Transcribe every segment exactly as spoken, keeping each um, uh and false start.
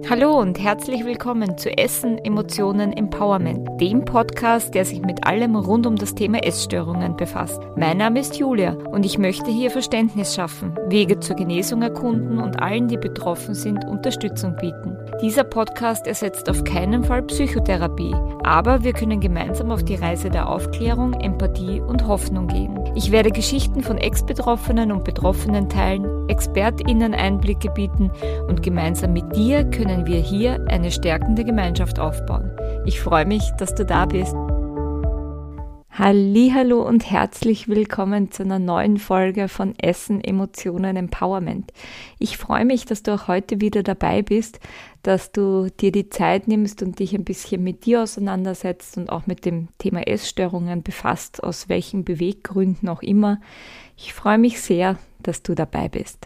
Hallo und herzlich willkommen zu Essen, Emotionen, Empowerment, dem Podcast, der sich mit allem rund um das Thema Essstörungen befasst. Mein Name ist Julia und ich möchte hier Verständnis schaffen, Wege zur Genesung erkunden und allen, die betroffen sind, Unterstützung bieten. Dieser Podcast ersetzt auf keinen Fall Psychotherapie, aber wir können gemeinsam auf die Reise der Aufklärung, Empathie und Hoffnung gehen. Ich werde Geschichten von Ex-Betroffenen und Betroffenen teilen, ExpertInnen Einblicke bieten und gemeinsam mit dir können wir hier eine stärkende Gemeinschaft aufbauen. Ich freue mich, dass du da bist. Hallihallo und herzlich willkommen zu einer neuen Folge von Essen, Emotionen, Empowerment. Ich freue mich, dass du auch heute wieder dabei bist, dass du dir die Zeit nimmst und dich ein bisschen mit dir auseinandersetzt und auch mit dem Thema Essstörungen befasst, aus welchen Beweggründen auch immer. Ich freue mich sehr, dass du dabei bist.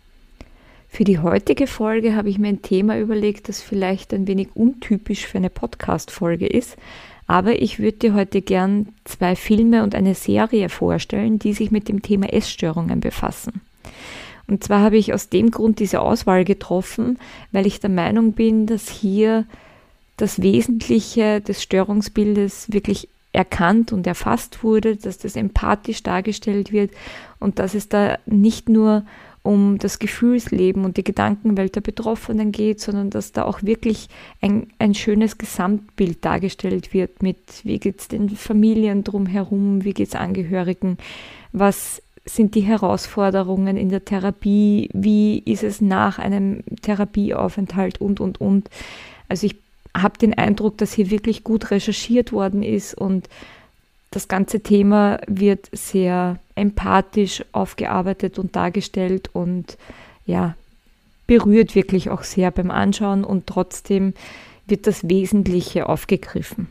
Für die heutige Folge habe ich mir ein Thema überlegt, das vielleicht ein wenig untypisch für eine Podcast-Folge ist, aber ich würde dir heute gern zwei Filme und eine Serie vorstellen, die sich mit dem Thema Essstörungen befassen. Und zwar habe ich aus dem Grund diese Auswahl getroffen, weil ich der Meinung bin, dass hier das Wesentliche des Störungsbildes wirklich erkannt und erfasst wurde, dass das empathisch dargestellt wird und dass es da nicht nur um das Gefühlsleben und die Gedankenwelt der Betroffenen geht, sondern dass da auch wirklich ein, ein schönes Gesamtbild dargestellt wird mit, wie geht es den Familien drumherum, wie geht es Angehörigen, was sind die Herausforderungen in der Therapie, wie ist es nach einem Therapieaufenthalt und, und, und. Also ich habe den Eindruck, dass hier wirklich gut recherchiert worden ist und das ganze Thema wird sehr empathisch aufgearbeitet und dargestellt und ja, berührt wirklich auch sehr beim Anschauen und trotzdem wird das Wesentliche aufgegriffen.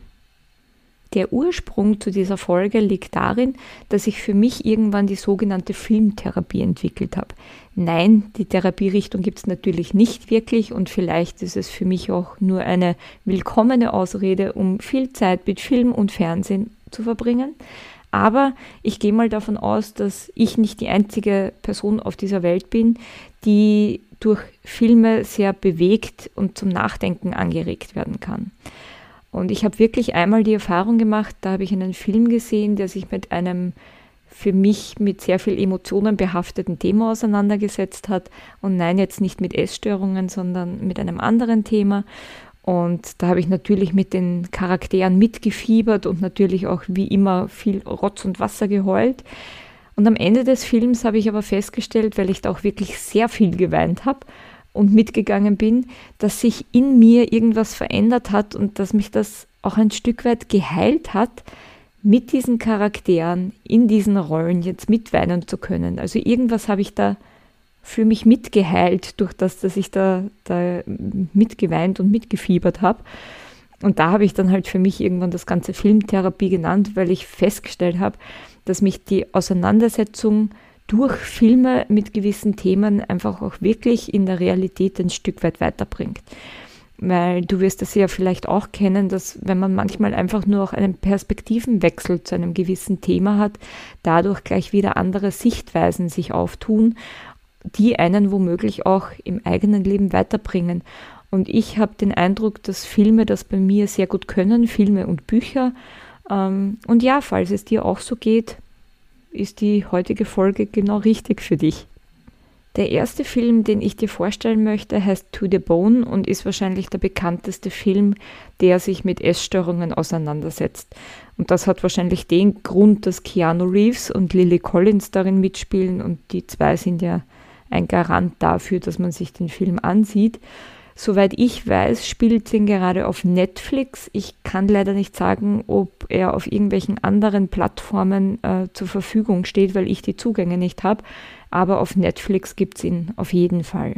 Der Ursprung zu dieser Folge liegt darin, dass ich für mich irgendwann die sogenannte Filmtherapie entwickelt habe. Nein, die Therapierichtung gibt es natürlich nicht wirklich und vielleicht ist es für mich auch nur eine willkommene Ausrede, um viel Zeit mit Film und Fernsehen zu verbringen. Aber ich gehe mal davon aus, dass ich nicht die einzige Person auf dieser Welt bin, die durch Filme sehr bewegt und zum Nachdenken angeregt werden kann. Und ich habe wirklich einmal die Erfahrung gemacht, da habe ich einen Film gesehen, der sich mit einem für mich mit sehr viel Emotionen behafteten Thema auseinandergesetzt hat. Und nein, jetzt nicht mit Essstörungen, sondern mit einem anderen Thema. Und da habe ich natürlich mit den Charakteren mitgefiebert und natürlich auch wie immer viel Rotz und Wasser geheult. Und am Ende des Films habe ich aber festgestellt, weil ich da auch wirklich sehr viel geweint habe und mitgegangen bin, dass sich in mir irgendwas verändert hat und dass mich das auch ein Stück weit geheilt hat, mit diesen Charakteren in diesen Rollen jetzt mitweinen zu können. Also irgendwas habe ich da für mich mitgeheilt durch das, dass ich da, da mitgeweint und mitgefiebert habe. Und da habe ich dann halt für mich irgendwann das ganze Filmtherapie genannt, weil ich festgestellt habe, dass mich die Auseinandersetzung durch Filme mit gewissen Themen einfach auch wirklich in der Realität ein Stück weit weiterbringt. Weil du wirst das ja vielleicht auch kennen, dass wenn man manchmal einfach nur auch einen Perspektivenwechsel zu einem gewissen Thema hat, dadurch gleich wieder andere Sichtweisen sich auftun, die einen womöglich auch im eigenen Leben weiterbringen. Und ich habe den Eindruck, dass Filme das bei mir sehr gut können, Filme und Bücher. Und ja, falls es dir auch so geht, ist die heutige Folge genau richtig für dich. Der erste Film, den ich dir vorstellen möchte, heißt To the Bone und ist wahrscheinlich der bekannteste Film, der sich mit Essstörungen auseinandersetzt. Und das hat wahrscheinlich den Grund, dass Keanu Reeves und Lily Collins darin mitspielen und die zwei sind ja ein Garant dafür, dass man sich den Film ansieht. Soweit ich weiß, spielt ihn gerade auf Netflix. Ich kann leider nicht sagen, ob er auf irgendwelchen anderen Plattformen äh, zur Verfügung steht, weil ich die Zugänge nicht habe. Aber auf Netflix gibt es ihn auf jeden Fall.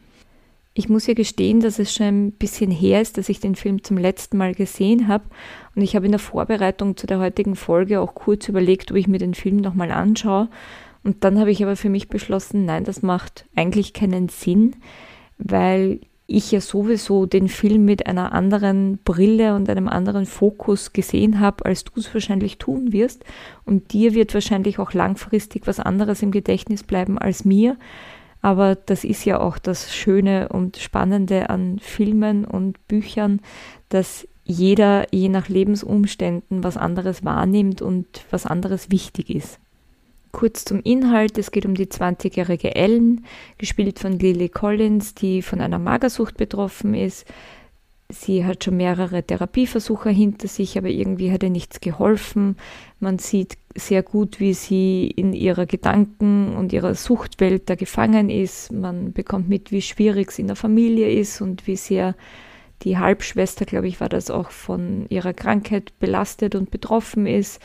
Ich muss ja gestehen, dass es schon ein bisschen her ist, dass ich den Film zum letzten Mal gesehen habe. Und ich habe in der Vorbereitung zu der heutigen Folge auch kurz überlegt, ob ich mir den Film nochmal anschaue. Und dann habe ich aber für mich beschlossen, nein, das macht eigentlich keinen Sinn, weil ich ja sowieso den Film mit einer anderen Brille und einem anderen Fokus gesehen habe, als du es wahrscheinlich tun wirst. Und dir wird wahrscheinlich auch langfristig was anderes im Gedächtnis bleiben als mir. Aber das ist ja auch das Schöne und Spannende an Filmen und Büchern, dass jeder je nach Lebensumständen was anderes wahrnimmt und was anderes wichtig ist. Kurz zum Inhalt, es geht um die zwanzigjährige Ellen, gespielt von Lily Collins, die von einer Magersucht betroffen ist. Sie hat schon mehrere Therapieversuche hinter sich, aber irgendwie hat ihr nichts geholfen. Man sieht sehr gut, wie sie in ihrer Gedanken- und ihrer Suchtwelt da gefangen ist. Man bekommt mit, wie schwierig es in der Familie ist und wie sehr die Halbschwester, glaube ich, war das auch, von ihrer Krankheit belastet und betroffen ist.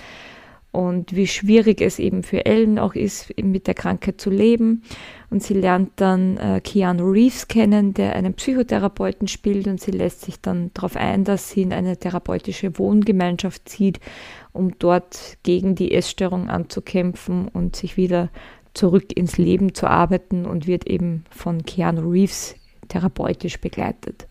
Und wie schwierig es eben für Ellen auch ist, mit der Krankheit zu leben. Und sie lernt dann äh, Keanu Reeves kennen, der einen Psychotherapeuten spielt, und sie lässt sich dann darauf ein, dass sie in eine therapeutische Wohngemeinschaft zieht, um dort gegen die Essstörung anzukämpfen und sich wieder zurück ins Leben zu arbeiten, und wird eben von Keanu Reeves therapeutisch begleitet.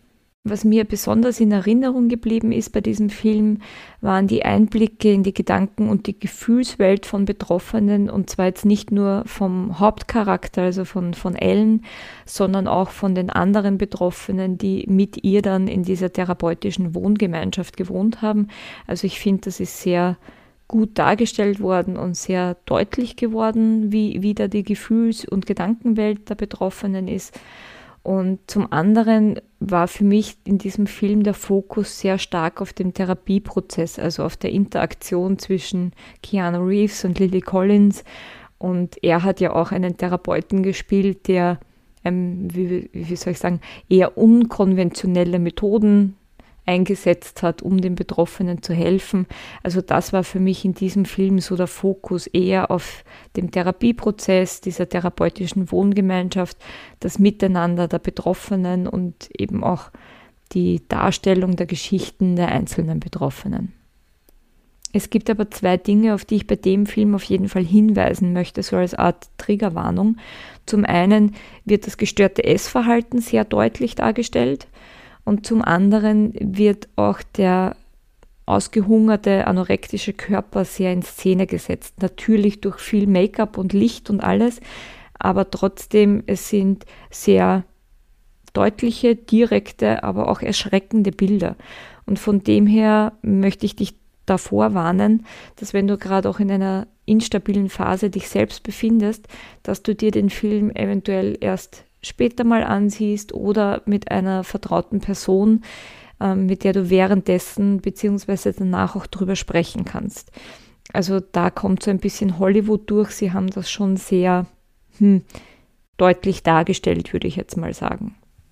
Was mir besonders in Erinnerung geblieben ist bei diesem Film, waren die Einblicke in die Gedanken- und die Gefühlswelt von Betroffenen, und zwar jetzt nicht nur vom Hauptcharakter, also von, von Ellen, sondern auch von den anderen Betroffenen, die mit ihr dann in dieser therapeutischen Wohngemeinschaft gewohnt haben. Also ich finde, das ist sehr gut dargestellt worden und sehr deutlich geworden, wie, wie da die Gefühls- und Gedankenwelt der Betroffenen ist. Und zum anderen war für mich in diesem Film der Fokus sehr stark auf dem Therapieprozess, also auf der Interaktion zwischen Keanu Reeves und Lily Collins. Und er hat ja auch einen Therapeuten gespielt, der, ähm, wie, wie soll ich sagen, eher unkonventionelle Methoden eingesetzt hat, um den Betroffenen zu helfen. Also das war für mich in diesem Film so der Fokus eher auf dem Therapieprozess, dieser therapeutischen Wohngemeinschaft, das Miteinander der Betroffenen und eben auch die Darstellung der Geschichten der einzelnen Betroffenen. Es gibt aber zwei Dinge, auf die ich bei dem Film auf jeden Fall hinweisen möchte, so als Art Triggerwarnung. Zum einen wird das gestörte Essverhalten sehr deutlich dargestellt. Und zum anderen wird auch der ausgehungerte, anorektische Körper sehr in Szene gesetzt. Natürlich durch viel Make-up und Licht und alles, aber trotzdem, es sind sehr deutliche, direkte, aber auch erschreckende Bilder. Und von dem her möchte ich dich davor warnen, dass wenn du gerade auch in einer instabilen Phase dich selbst befindest, dass du dir den Film eventuell erst später mal ansiehst oder mit einer vertrauten Person, ähm, mit der du währenddessen bzw. danach auch drüber sprechen kannst. Also da kommt so ein bisschen Hollywood durch. Sie haben das schon sehr hm, deutlich dargestellt, würde ich jetzt mal sagen.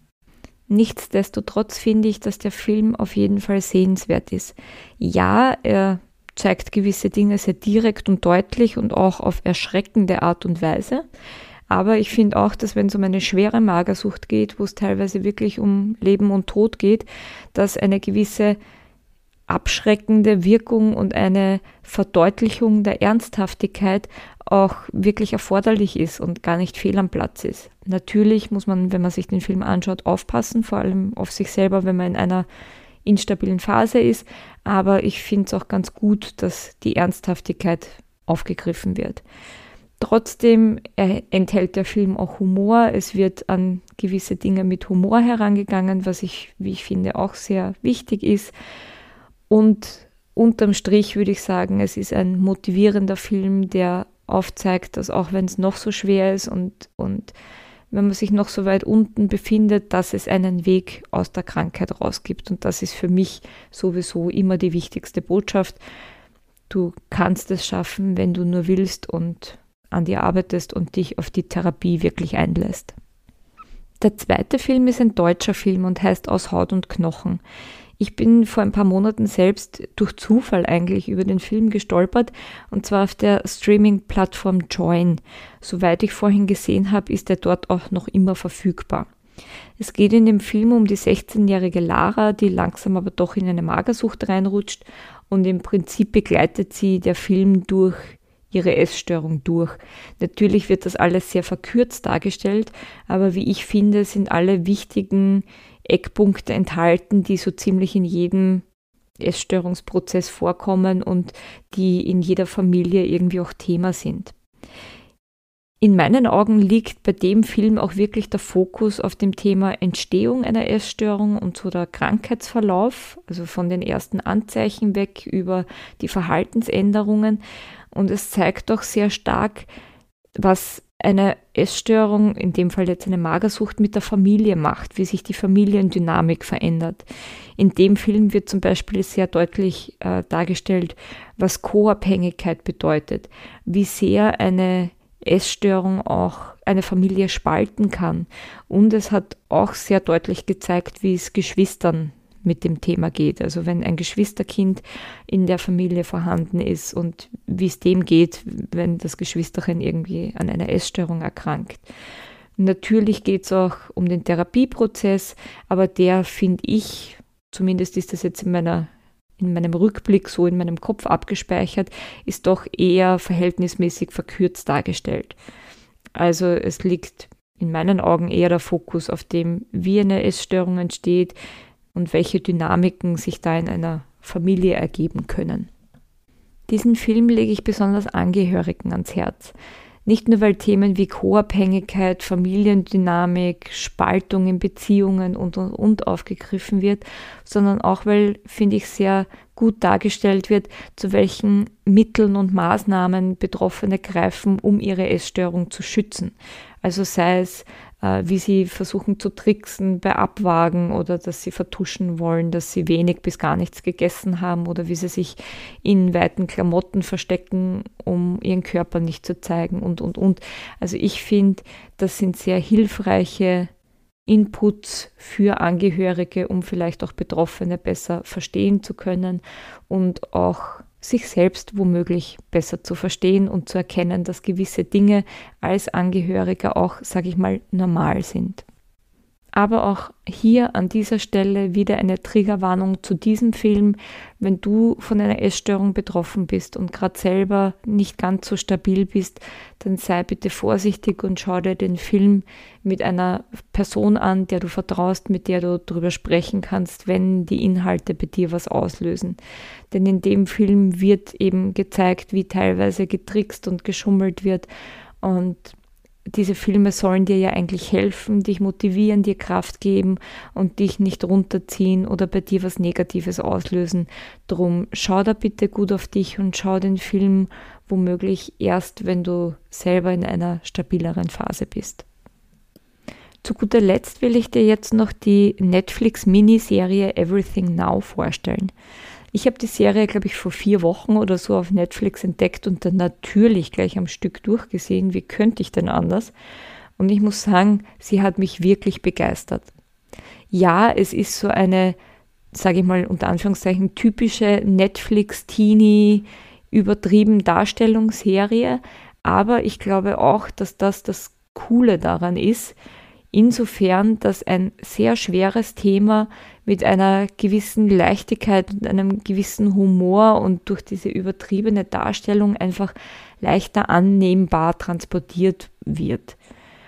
Nichtsdestotrotz finde ich, dass der Film auf jeden Fall sehenswert ist. Ja, er zeigt gewisse Dinge sehr direkt und deutlich und auch auf erschreckende Art und Weise. Aber ich finde auch, dass wenn es um eine schwere Magersucht geht, wo es teilweise wirklich um Leben und Tod geht, dass eine gewisse abschreckende Wirkung und eine Verdeutlichung der Ernsthaftigkeit auch wirklich erforderlich ist und gar nicht fehl am Platz ist. Natürlich muss man, wenn man sich den Film anschaut, aufpassen, vor allem auf sich selber, wenn man in einer instabilen Phase ist. Aber ich finde es auch ganz gut, dass die Ernsthaftigkeit aufgegriffen wird. Trotzdem enthält der Film auch Humor. Es wird an gewisse Dinge mit Humor herangegangen, was ich, wie ich finde, auch sehr wichtig ist. Und unterm Strich würde ich sagen, es ist ein motivierender Film, der aufzeigt, dass auch wenn es noch so schwer ist und, und wenn man sich noch so weit unten befindet, dass es einen Weg aus der Krankheit rausgibt. Und das ist für mich sowieso immer die wichtigste Botschaft. Du kannst es schaffen, wenn du nur willst und an dir arbeitest und dich auf die Therapie wirklich einlässt. Der zweite Film ist ein deutscher Film und heißt Aus Haut und Knochen. Ich bin vor ein paar Monaten selbst durch Zufall eigentlich über den Film gestolpert, und zwar auf der Streaming-Plattform Joyn. Soweit ich vorhin gesehen habe, ist er dort auch noch immer verfügbar. Es geht in dem Film um die sechzehnjährige Lara, die langsam aber doch in eine Magersucht reinrutscht, und im Prinzip begleitet sie der Film durch ihre Essstörung durch. Natürlich wird das alles sehr verkürzt dargestellt, aber wie ich finde, sind alle wichtigen Eckpunkte enthalten, die so ziemlich in jedem Essstörungsprozess vorkommen und die in jeder Familie irgendwie auch Thema sind. In meinen Augen liegt bei dem Film auch wirklich der Fokus auf dem Thema Entstehung einer Essstörung und so der Krankheitsverlauf, also von den ersten Anzeichen weg über die Verhaltensänderungen. Und es zeigt auch sehr stark, was eine Essstörung, in dem Fall jetzt eine Magersucht, mit der Familie macht, wie sich die Familiendynamik verändert. In dem Film wird zum Beispiel sehr deutlich äh, dargestellt, was Co-Abhängigkeit bedeutet, wie sehr eine Essstörung auch eine Familie spalten kann. Und es hat auch sehr deutlich gezeigt, wie es Geschwistern mit dem Thema geht. Also wenn ein Geschwisterkind in der Familie vorhanden ist und wie es dem geht, wenn das Geschwisterchen irgendwie an einer Essstörung erkrankt. Natürlich geht es auch um den Therapieprozess, aber der, finde ich, zumindest ist das jetzt in meiner in meinem Rückblick so in meinem Kopf abgespeichert, ist doch eher verhältnismäßig verkürzt dargestellt. Also es liegt in meinen Augen eher der Fokus auf dem, wie eine Essstörung entsteht und welche Dynamiken sich da in einer Familie ergeben können. Diesen Film lege ich besonders Angehörigen ans Herz. Nicht nur, weil Themen wie Co-Abhängigkeit, Familiendynamik, Spaltung in Beziehungen und, und, und aufgegriffen wird, sondern auch, weil, finde ich, sehr gut dargestellt wird, zu welchen Mitteln und Maßnahmen Betroffene greifen, um ihre Essstörung zu schützen. Also sei es, äh, wie sie versuchen zu tricksen bei Abwagen oder dass sie vertuschen wollen, dass sie wenig bis gar nichts gegessen haben oder wie sie sich in weiten Klamotten verstecken, um ihren Körper nicht zu zeigen und, und, und. Also ich finde, das sind sehr hilfreiche Inputs für Angehörige, um vielleicht auch Betroffene besser verstehen zu können und auch sich selbst womöglich besser zu verstehen und zu erkennen, dass gewisse Dinge als Angehöriger auch, sage ich mal, normal sind. Aber auch hier an dieser Stelle wieder eine Triggerwarnung zu diesem Film. Wenn du von einer Essstörung betroffen bist und gerade selber nicht ganz so stabil bist, dann sei bitte vorsichtig und schau dir den Film mit einer Person an, der du vertraust, mit der du darüber sprechen kannst, wenn die Inhalte bei dir was auslösen. Denn in dem Film wird eben gezeigt, wie teilweise getrickst und geschummelt wird und diese Filme sollen dir ja eigentlich helfen, dich motivieren, dir Kraft geben und dich nicht runterziehen oder bei dir was Negatives auslösen. Drum schau da bitte gut auf dich und schau den Film womöglich erst, wenn du selber in einer stabileren Phase bist. Zu guter Letzt will ich dir jetzt noch die Netflix-Miniserie Everything Now vorstellen. Ich habe die Serie, glaube ich, vor vier Wochen oder so auf Netflix entdeckt und dann natürlich gleich am Stück durchgesehen. Wie könnte ich denn anders? Und ich muss sagen, sie hat mich wirklich begeistert. Ja, es ist so eine, sage ich mal unter Anführungszeichen, typische Netflix-Teenie übertrieben Darstellungsserie, aber ich glaube auch, dass das das Coole daran ist, insofern, dass ein sehr schweres Thema mit einer gewissen Leichtigkeit und einem gewissen Humor und durch diese übertriebene Darstellung einfach leichter annehmbar transportiert wird.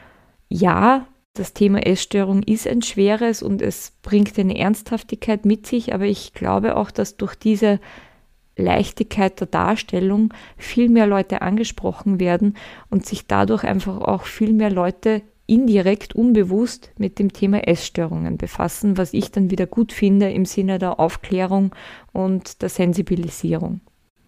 Ja, das Thema Essstörung ist ein schweres und es bringt eine Ernsthaftigkeit mit sich, aber ich glaube auch, dass durch diese Leichtigkeit der Darstellung viel mehr Leute angesprochen werden und sich dadurch einfach auch viel mehr Leute indirekt, unbewusst mit dem Thema Essstörungen befassen, was ich dann wieder gut finde im Sinne der Aufklärung und der Sensibilisierung.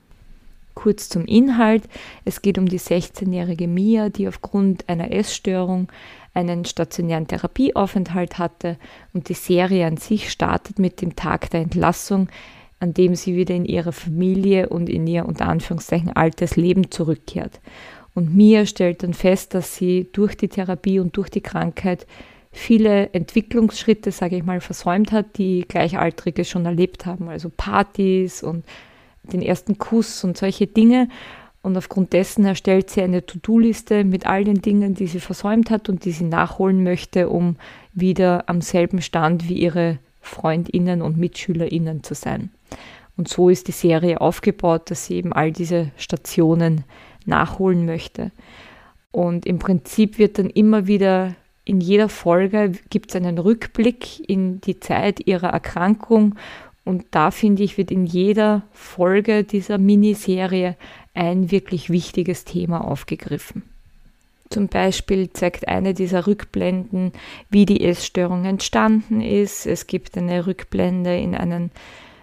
Kurz zum Inhalt. Es geht um die sechzehnjährige Mia, die aufgrund einer Essstörung einen stationären Therapieaufenthalt hatte und die Serie an sich startet mit dem Tag der Entlassung, an dem sie wieder in ihre Familie und in ihr unter Anführungszeichen altes Leben zurückkehrt. Und Mia stellt dann fest, dass sie durch die Therapie und durch die Krankheit viele Entwicklungsschritte, sage ich mal, versäumt hat, die Gleichaltrige schon erlebt haben. Also Partys und den ersten Kuss und solche Dinge. Und aufgrund dessen erstellt sie eine To-Do-Liste mit all den Dingen, die sie versäumt hat und die sie nachholen möchte, um wieder am selben Stand wie ihre FreundInnen und MitschülerInnen zu sein. Und so ist die Serie aufgebaut, dass sie eben all diese Stationen nachholen möchte. Und im Prinzip wird dann immer wieder in jeder Folge gibt es einen Rückblick in die Zeit ihrer Erkrankung und da finde ich, wird in jeder Folge dieser Miniserie ein wirklich wichtiges Thema aufgegriffen. Zum Beispiel zeigt eine dieser Rückblenden, wie die Essstörung entstanden ist. Es gibt eine Rückblende in einen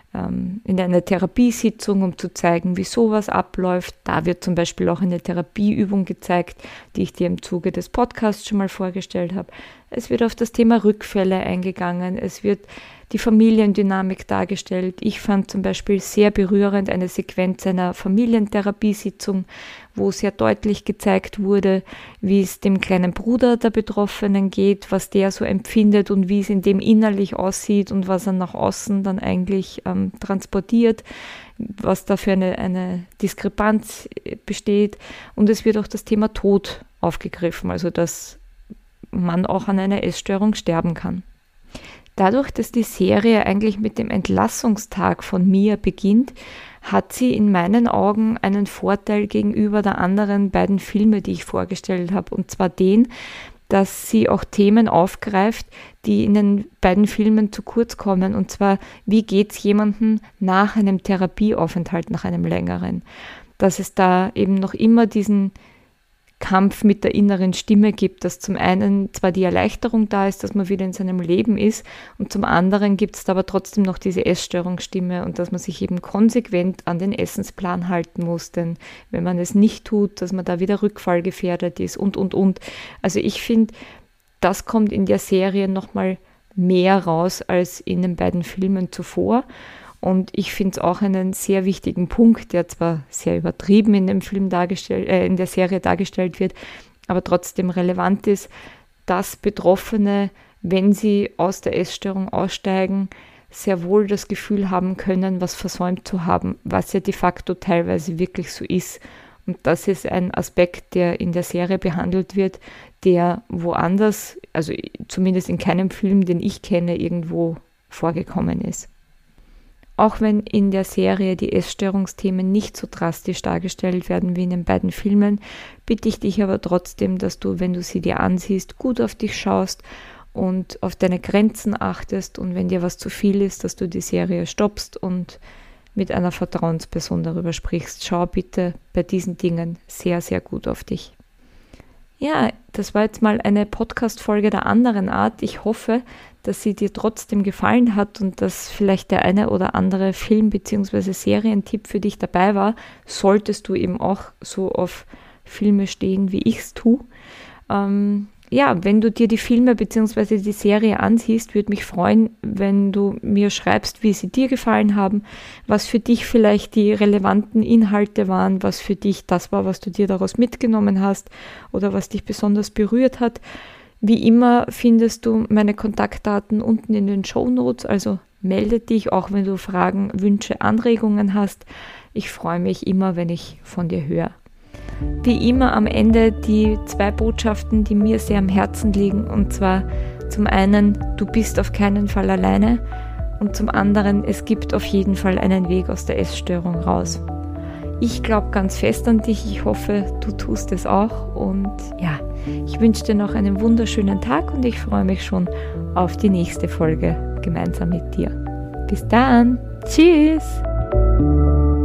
in einer Therapiesitzung, um zu zeigen, wie sowas abläuft. Da wird zum Beispiel auch eine Therapieübung gezeigt, die ich dir im Zuge des Podcasts schon mal vorgestellt habe. Es wird auf das Thema Rückfälle eingegangen. Es wird die Familiendynamik dargestellt. Ich fand zum Beispiel sehr berührend eine Sequenz einer Familientherapiesitzung, wo sehr deutlich gezeigt wurde, wie es dem kleinen Bruder der Betroffenen geht, was der so empfindet und wie es in dem innerlich aussieht und was er nach außen dann eigentlich ähm, transportiert, was da für eine, eine Diskrepanz besteht. Und es wird auch das Thema Tod aufgegriffen, also dass man auch an einer Essstörung sterben kann. Dadurch, dass die Serie eigentlich mit dem Entlassungstag von Mia beginnt, hat sie in meinen Augen einen Vorteil gegenüber der anderen beiden Filme, die ich vorgestellt habe. Und zwar den, dass sie auch Themen aufgreift, die in den beiden Filmen zu kurz kommen. Und zwar, wie geht es jemandem nach einem Therapieaufenthalt, nach einem längeren? Dass es da eben noch immer diesen Kampf mit der inneren Stimme gibt, dass zum einen zwar die Erleichterung da ist, dass man wieder in seinem Leben ist und zum anderen gibt es da aber trotzdem noch diese Essstörungsstimme und dass man sich eben konsequent an den Essensplan halten muss, denn wenn man es nicht tut, dass man da wieder rückfallgefährdet ist und, und, und. Also ich finde, das kommt in der Serie nochmal mehr raus als in den beiden Filmen zuvor. Und ich finde es auch einen sehr wichtigen Punkt, der zwar sehr übertrieben in dem Film dargestellt, äh, in der Serie dargestellt wird, aber trotzdem relevant ist, dass Betroffene, wenn sie aus der Essstörung aussteigen, sehr wohl das Gefühl haben können, was versäumt zu haben, was ja de facto teilweise wirklich so ist. Und das ist ein Aspekt, der in der Serie behandelt wird, der woanders, also zumindest in keinem Film, den ich kenne, irgendwo vorgekommen ist. Auch wenn in der Serie die Essstörungsthemen nicht so drastisch dargestellt werden wie in den beiden Filmen, bitte ich dich aber trotzdem, dass du, wenn du sie dir ansiehst, gut auf dich schaust und auf deine Grenzen achtest und wenn dir was zu viel ist, dass du die Serie stoppst und mit einer Vertrauensperson darüber sprichst. Schau bitte bei diesen Dingen sehr, sehr gut auf dich. Ja, das war jetzt mal eine Podcast-Folge der anderen Art. Ich hoffe, dass sie dir trotzdem gefallen hat und dass vielleicht der eine oder andere Film- bzw. Serientipp für dich dabei war, solltest du eben auch so auf Filme stehen, wie ich es tue. Ähm, ja, wenn du dir die Filme bzw. die Serie ansiehst, würde mich freuen, wenn du mir schreibst, wie sie dir gefallen haben, was für dich vielleicht die relevanten Inhalte waren, was für dich das war, was du dir daraus mitgenommen hast oder was dich besonders berührt hat. Wie immer findest du meine Kontaktdaten unten in den Shownotes, also melde dich, auch wenn du Fragen, Wünsche, Anregungen hast. Ich freue mich immer, wenn ich von dir höre. Wie immer am Ende die zwei Botschaften, die mir sehr am Herzen liegen, und zwar zum einen, du bist auf keinen Fall alleine und zum anderen, es gibt auf jeden Fall einen Weg aus der Essstörung raus. Ich glaube ganz fest an dich, ich hoffe, du tust es auch und ja, ich wünsche dir noch einen wunderschönen Tag und ich freue mich schon auf die nächste Folge gemeinsam mit dir. Bis dann, tschüss!